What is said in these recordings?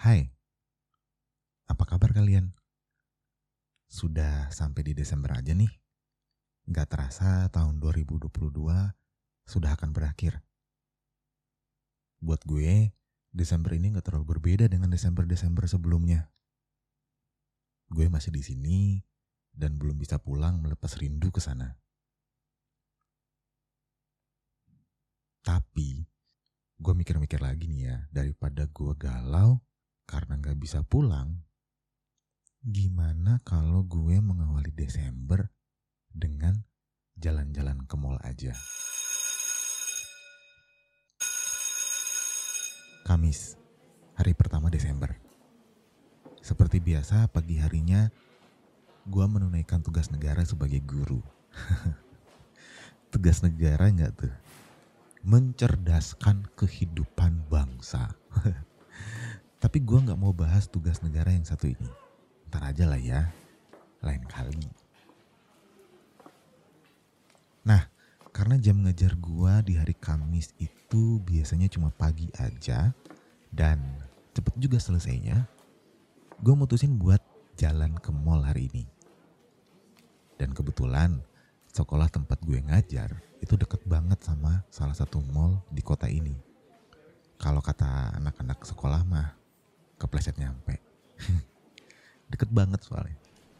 Hai, apa kabar kalian? Sudah sampai di Desember aja nih. Gak terasa tahun 2022 sudah akan berakhir. Buat gue, Desember ini gak terlalu berbeda dengan Desember-Desember sebelumnya. Gue masih di sini dan belum bisa pulang melepas rindu ke sana. Tapi, gue mikir-mikir lagi nih ya, daripada gue galau karena gak bisa pulang, gimana kalau gue mengawali Desember dengan jalan-jalan ke mall aja. Kamis, hari pertama Desember. Seperti biasa, pagi harinya gue menunaikan tugas negara sebagai guru. Tugas negara gak tuh? Mencerdaskan kehidupan bangsa. Tapi gue gak mau bahas tugas negara yang satu ini. Ntar aja lah ya, lain kali. Nah, karena jam ngajar gue di hari Kamis itu biasanya cuma pagi aja dan cepet juga selesainya, gue mutusin buat jalan ke mall hari ini. Dan kebetulan sekolah tempat gue ngajar itu deket banget sama salah satu mall di kota ini. Kalau kata anak-anak sekolah mah kepleset nyampe. Deket banget soalnya.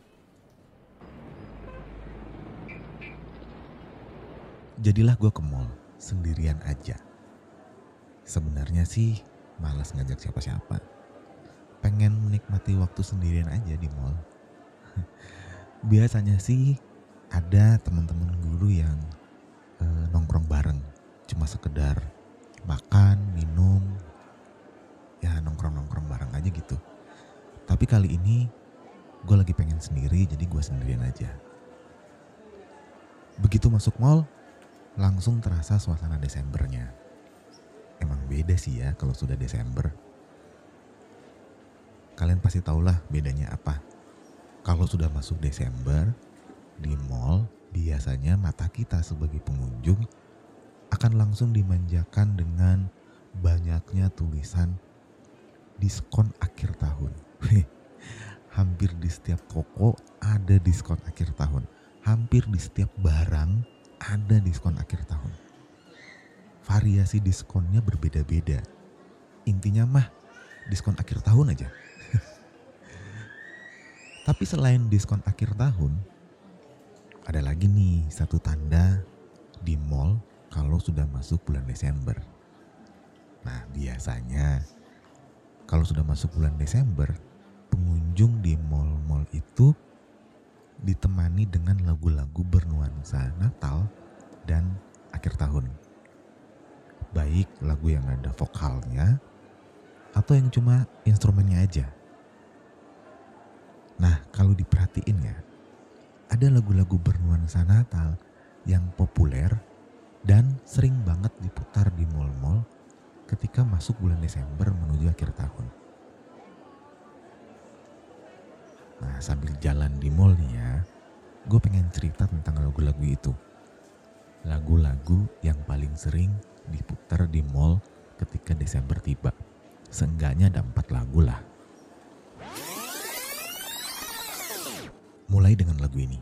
Jadilah gue ke mall sendirian aja. Sebenarnya sih malas ngajak siapa-siapa. Pengen menikmati waktu sendirian aja di mall. Biasanya sih ada teman-teman guru yang nongkrong bareng. Cuma sekedar makan, minum, ya nongkrong-nongkrong bareng aja gitu. Tapi kali ini gue lagi pengen sendiri, jadi gue sendirian aja. Begitu masuk mall, langsung terasa suasana Desembernya. Emang beda sih ya kalau sudah Desember. Kalian pasti tahulah bedanya apa. Kalau sudah masuk Desember, di mall biasanya mata kita sebagai pengunjung akan langsung dimanjakan dengan banyaknya tulisan diskon akhir tahun. Hampir di setiap toko ada diskon akhir tahun. Hampir di setiap barang ada diskon akhir tahun. Variasi diskonnya berbeda-beda. Intinya mah diskon akhir tahun aja. Tapi selain diskon akhir tahun, ada lagi nih satu tanda di mall kalau sudah masuk bulan Desember. Nah, biasanya kalau sudah masuk bulan Desember, pengunjung di mall-mall itu ditemani dengan lagu-lagu bernuansa Natal dan akhir tahun. Baik lagu yang ada vokalnya atau yang cuma instrumennya aja. Nah, kalau diperhatiin ya, ada lagu-lagu bernuansa Natal yang populer dan sering banget diputar di mall-mall ketika masuk bulan Desember menuju akhir tahun. Nah, sambil jalan di mall nih ya, gue pengen cerita tentang lagu-lagu itu. Lagu-lagu yang paling sering diputar di mall ketika Desember tiba. Seenggaknya ada 4 lagu lah. Mulai dengan lagu ini.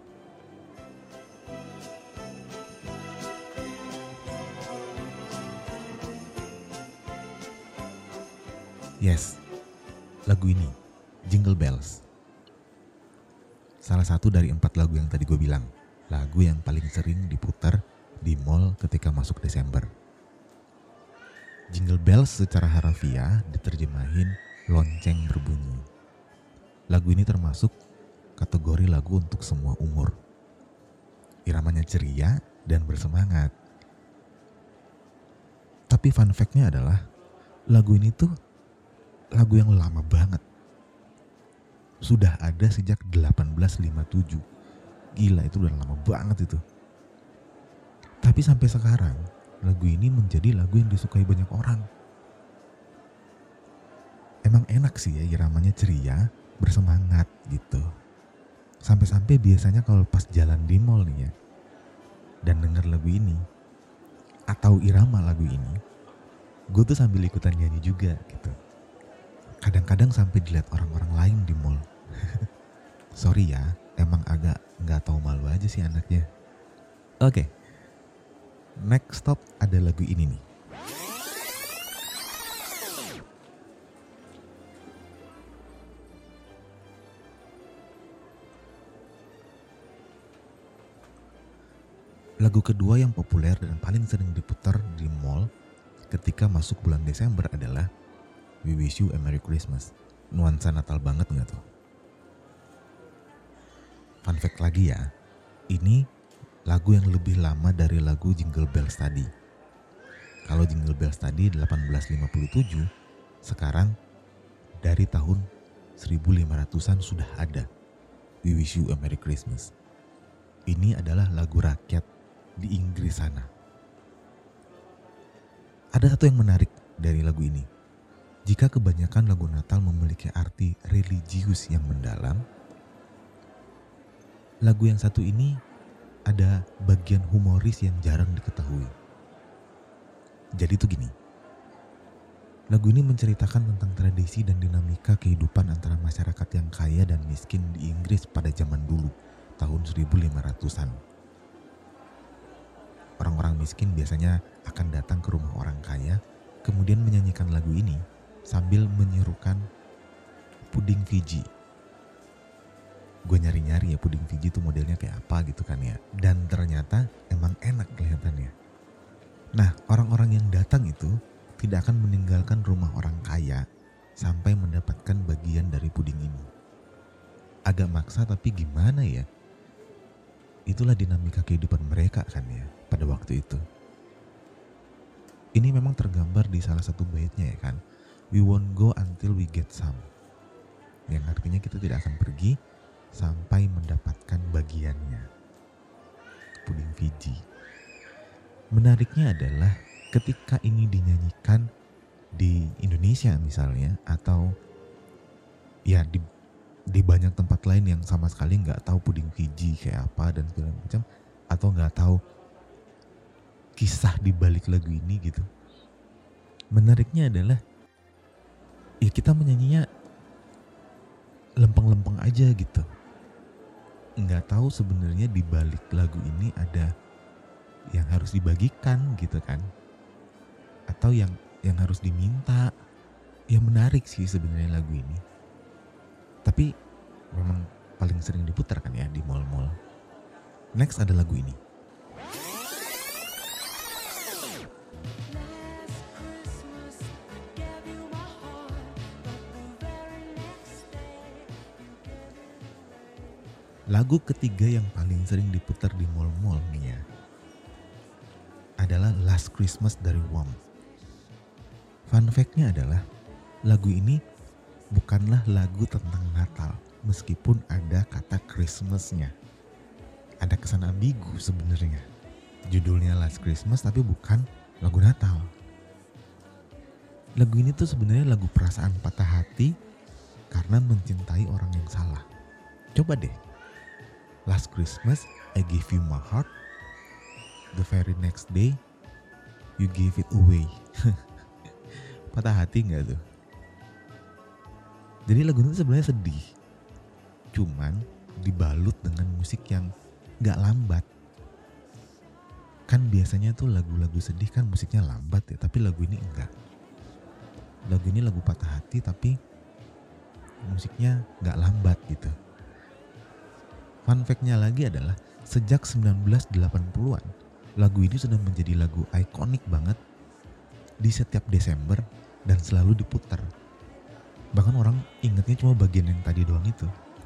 Yes, lagu ini, Jingle Bells. Salah satu dari 4 lagu yang tadi gue bilang. Lagu yang paling sering diputar di mall ketika masuk Desember. Jingle Bells secara harafiah diterjemahin lonceng berbunyi. Lagu ini termasuk kategori lagu untuk semua umur. Iramanya ceria dan bersemangat. Tapi fun fact-nya adalah lagu ini tuh lagu yang lama banget. Sudah ada sejak 1857. Gila, itu udah lama banget itu. Tapi sampai sekarang lagu ini menjadi lagu yang disukai banyak orang. Emang enak sih ya, iramanya ceria, bersemangat gitu. Sampai-sampai biasanya kalau pas jalan di mall nih ya, dan denger lagu ini atau irama lagu ini, gue tuh sambil ikutan nyanyi juga gitu. Kadang-kadang sampai dilihat orang-orang lain di mall. Sorry ya, emang agak nggak tahu malu aja sih anaknya. Oke, next stop ada lagu ini nih. Lagu kedua yang populer dan paling sering diputar di mall ketika masuk bulan Desember adalah We Wish You a Merry Christmas. Nuansa Natal banget gak tuh? Fun fact lagi ya, ini lagu yang lebih lama dari lagu Jingle Bells tadi. Kalau Jingle Bells tadi 1857, sekarang dari tahun 1500-an sudah ada We Wish You a Merry Christmas. Ini adalah lagu rakyat di Inggris sana. Ada satu yang menarik dari lagu ini. Jika kebanyakan lagu Natal memiliki arti religius yang mendalam, lagu yang satu ini ada bagian humoris yang jarang diketahui. Jadi tuh gini, lagu ini menceritakan tentang tradisi dan dinamika kehidupan antara masyarakat yang kaya dan miskin di Inggris pada zaman dulu, tahun 1500-an. Orang-orang miskin biasanya akan datang ke rumah orang kaya, kemudian menyanyikan lagu ini sambil menyerukan puding Fiji. Gue nyari-nyari ya puding Fiji itu modelnya kayak apa gitu kan ya. Dan ternyata emang enak kelihatannya. Nah, orang-orang yang datang itu tidak akan meninggalkan rumah orang kaya sampai mendapatkan bagian dari puding ini. Agak maksa tapi gimana ya? Itulah dinamika kehidupan mereka kan ya pada waktu itu. Ini memang tergambar di salah satu baitnya ya kan. We won't go until we get some. Yang artinya kita tidak akan pergi sampai mendapatkan bagiannya. Puding Fiji. Menariknya adalah ketika ini dinyanyikan di Indonesia misalnya atau ya di banyak tempat lain yang sama sekali nggak tahu puding Fiji kayak apa dan segala macam, atau nggak tahu kisah di balik lagu ini gitu. Menariknya adalah ya kita menyanyinya lempeng-lempeng aja gitu. Nggak tahu sebenarnya di balik lagu ini ada yang harus dibagikan gitu kan, atau yang harus diminta. Ya menarik sih sebenarnya lagu ini. Tapi memang paling sering diputar kan ya di mall-mall. Next ada lagu ini. Lagu ketiga yang paling sering diputar di mall-mall nih ya adalah Last Christmas dari Wham. Fun fact-nya adalah lagu ini bukanlah lagu tentang Natal, meskipun ada kata Christmas-nya. Ada kesan ambigu sebenarnya. Judulnya Last Christmas tapi bukan lagu Natal. Lagu ini tuh sebenarnya lagu perasaan patah hati karena mencintai orang yang salah. Coba deh. Last Christmas I gave you my heart. The very next day you gave it away. Patah hati gak tuh? Jadi lagu itu sebenarnya sedih, cuman dibalut dengan musik yang gak lambat. Kan biasanya tuh lagu-lagu sedih kan musiknya lambat ya, tapi lagu ini enggak. Lagu ini lagu patah hati tapi musiknya gak lambat gitu. Fun fact-nya lagi adalah sejak 1980-an, lagu ini sudah menjadi lagu ikonik banget di setiap Desember dan selalu diputar. Bahkan orang ingatnya cuma bagian yang tadi doang itu.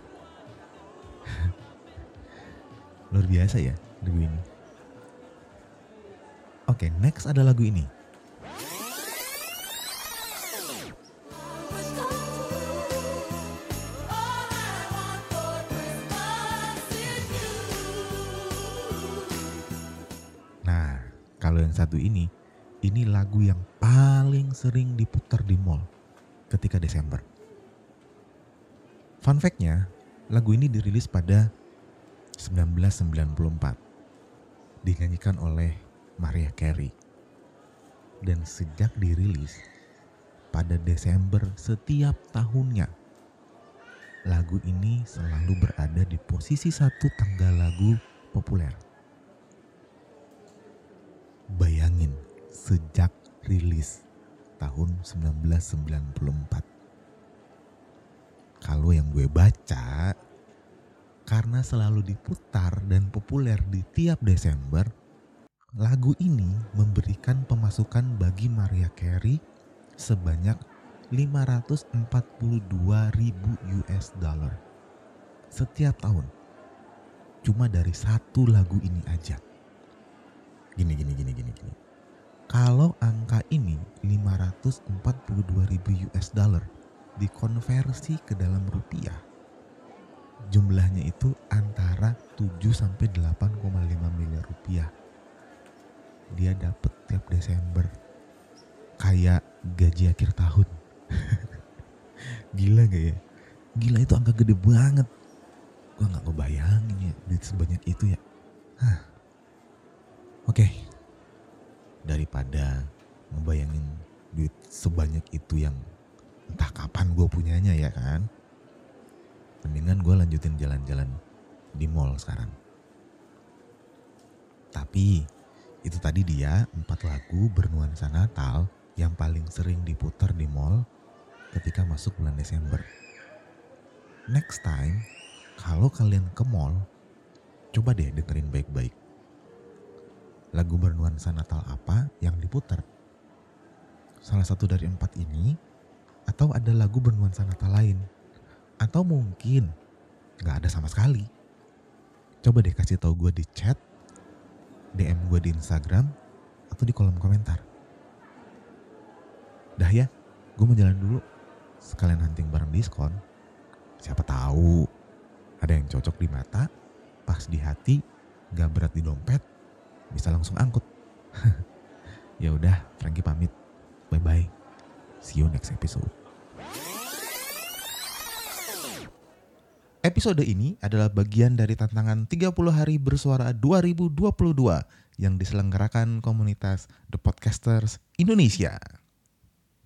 Luar biasa ya lagu ini. Oke, next ada lagu ini. Nah, kalau yang satu ini lagu yang paling sering diputar di mall ketika Desember. Fun fact-nya, lagu ini dirilis pada 1994. Dinyanyikan oleh Mariah Carey. Dan sejak dirilis, pada Desember setiap tahunnya. Lagu ini selalu berada di posisi 1 tanggal lagu populer. Bayangin, sejak rilis tahun 1994. Kalau yang gue baca, karena selalu diputar dan populer di tiap Desember, lagu ini memberikan pemasukan bagi Mariah Carey sebanyak 542.000 US dollar setiap tahun. Cuma dari satu lagu ini aja. Gini. Kalau angka ini 542.000 US dollar dikonversi ke dalam rupiah, jumlahnya itu antara 7 sampai 8,5 miliar rupiah. Dia dapat tiap Desember. Kayak gaji akhir tahun. Gila gak ya? Gila, itu angka gede banget. Gue gak ngebayangin ya duit sebanyak itu ya. Oke. Daripada ngebayangin duit sebanyak itu yang entah kapan gue punyanya ya kan, mendingan gue lanjutin jalan-jalan di mall sekarang. Tapi itu tadi dia 4 lagu bernuansa Natal yang paling sering diputar di mall ketika masuk bulan Desember. Next time, kalau kalian ke mall, coba deh dengerin baik-baik. Lagu bernuansa Natal apa yang diputar? Salah satu dari 4 ini, atau ada lagu bernuansa Natal lain? Atau mungkin gak ada sama sekali? Coba deh kasih tahu gue di chat, DM gue di Instagram, atau di kolom komentar. Dah ya, gue mau jalan dulu. Sekalian hunting barang diskon. Siapa tahu ada yang cocok di mata, pas di hati, gak berat di dompet, bisa langsung angkut. Ya udah, Frankie pamit. Bye bye. See you next episode. Episode ini adalah bagian dari tantangan 30 hari bersuara 2022 yang diselenggarakan komunitas The Podcasters Indonesia.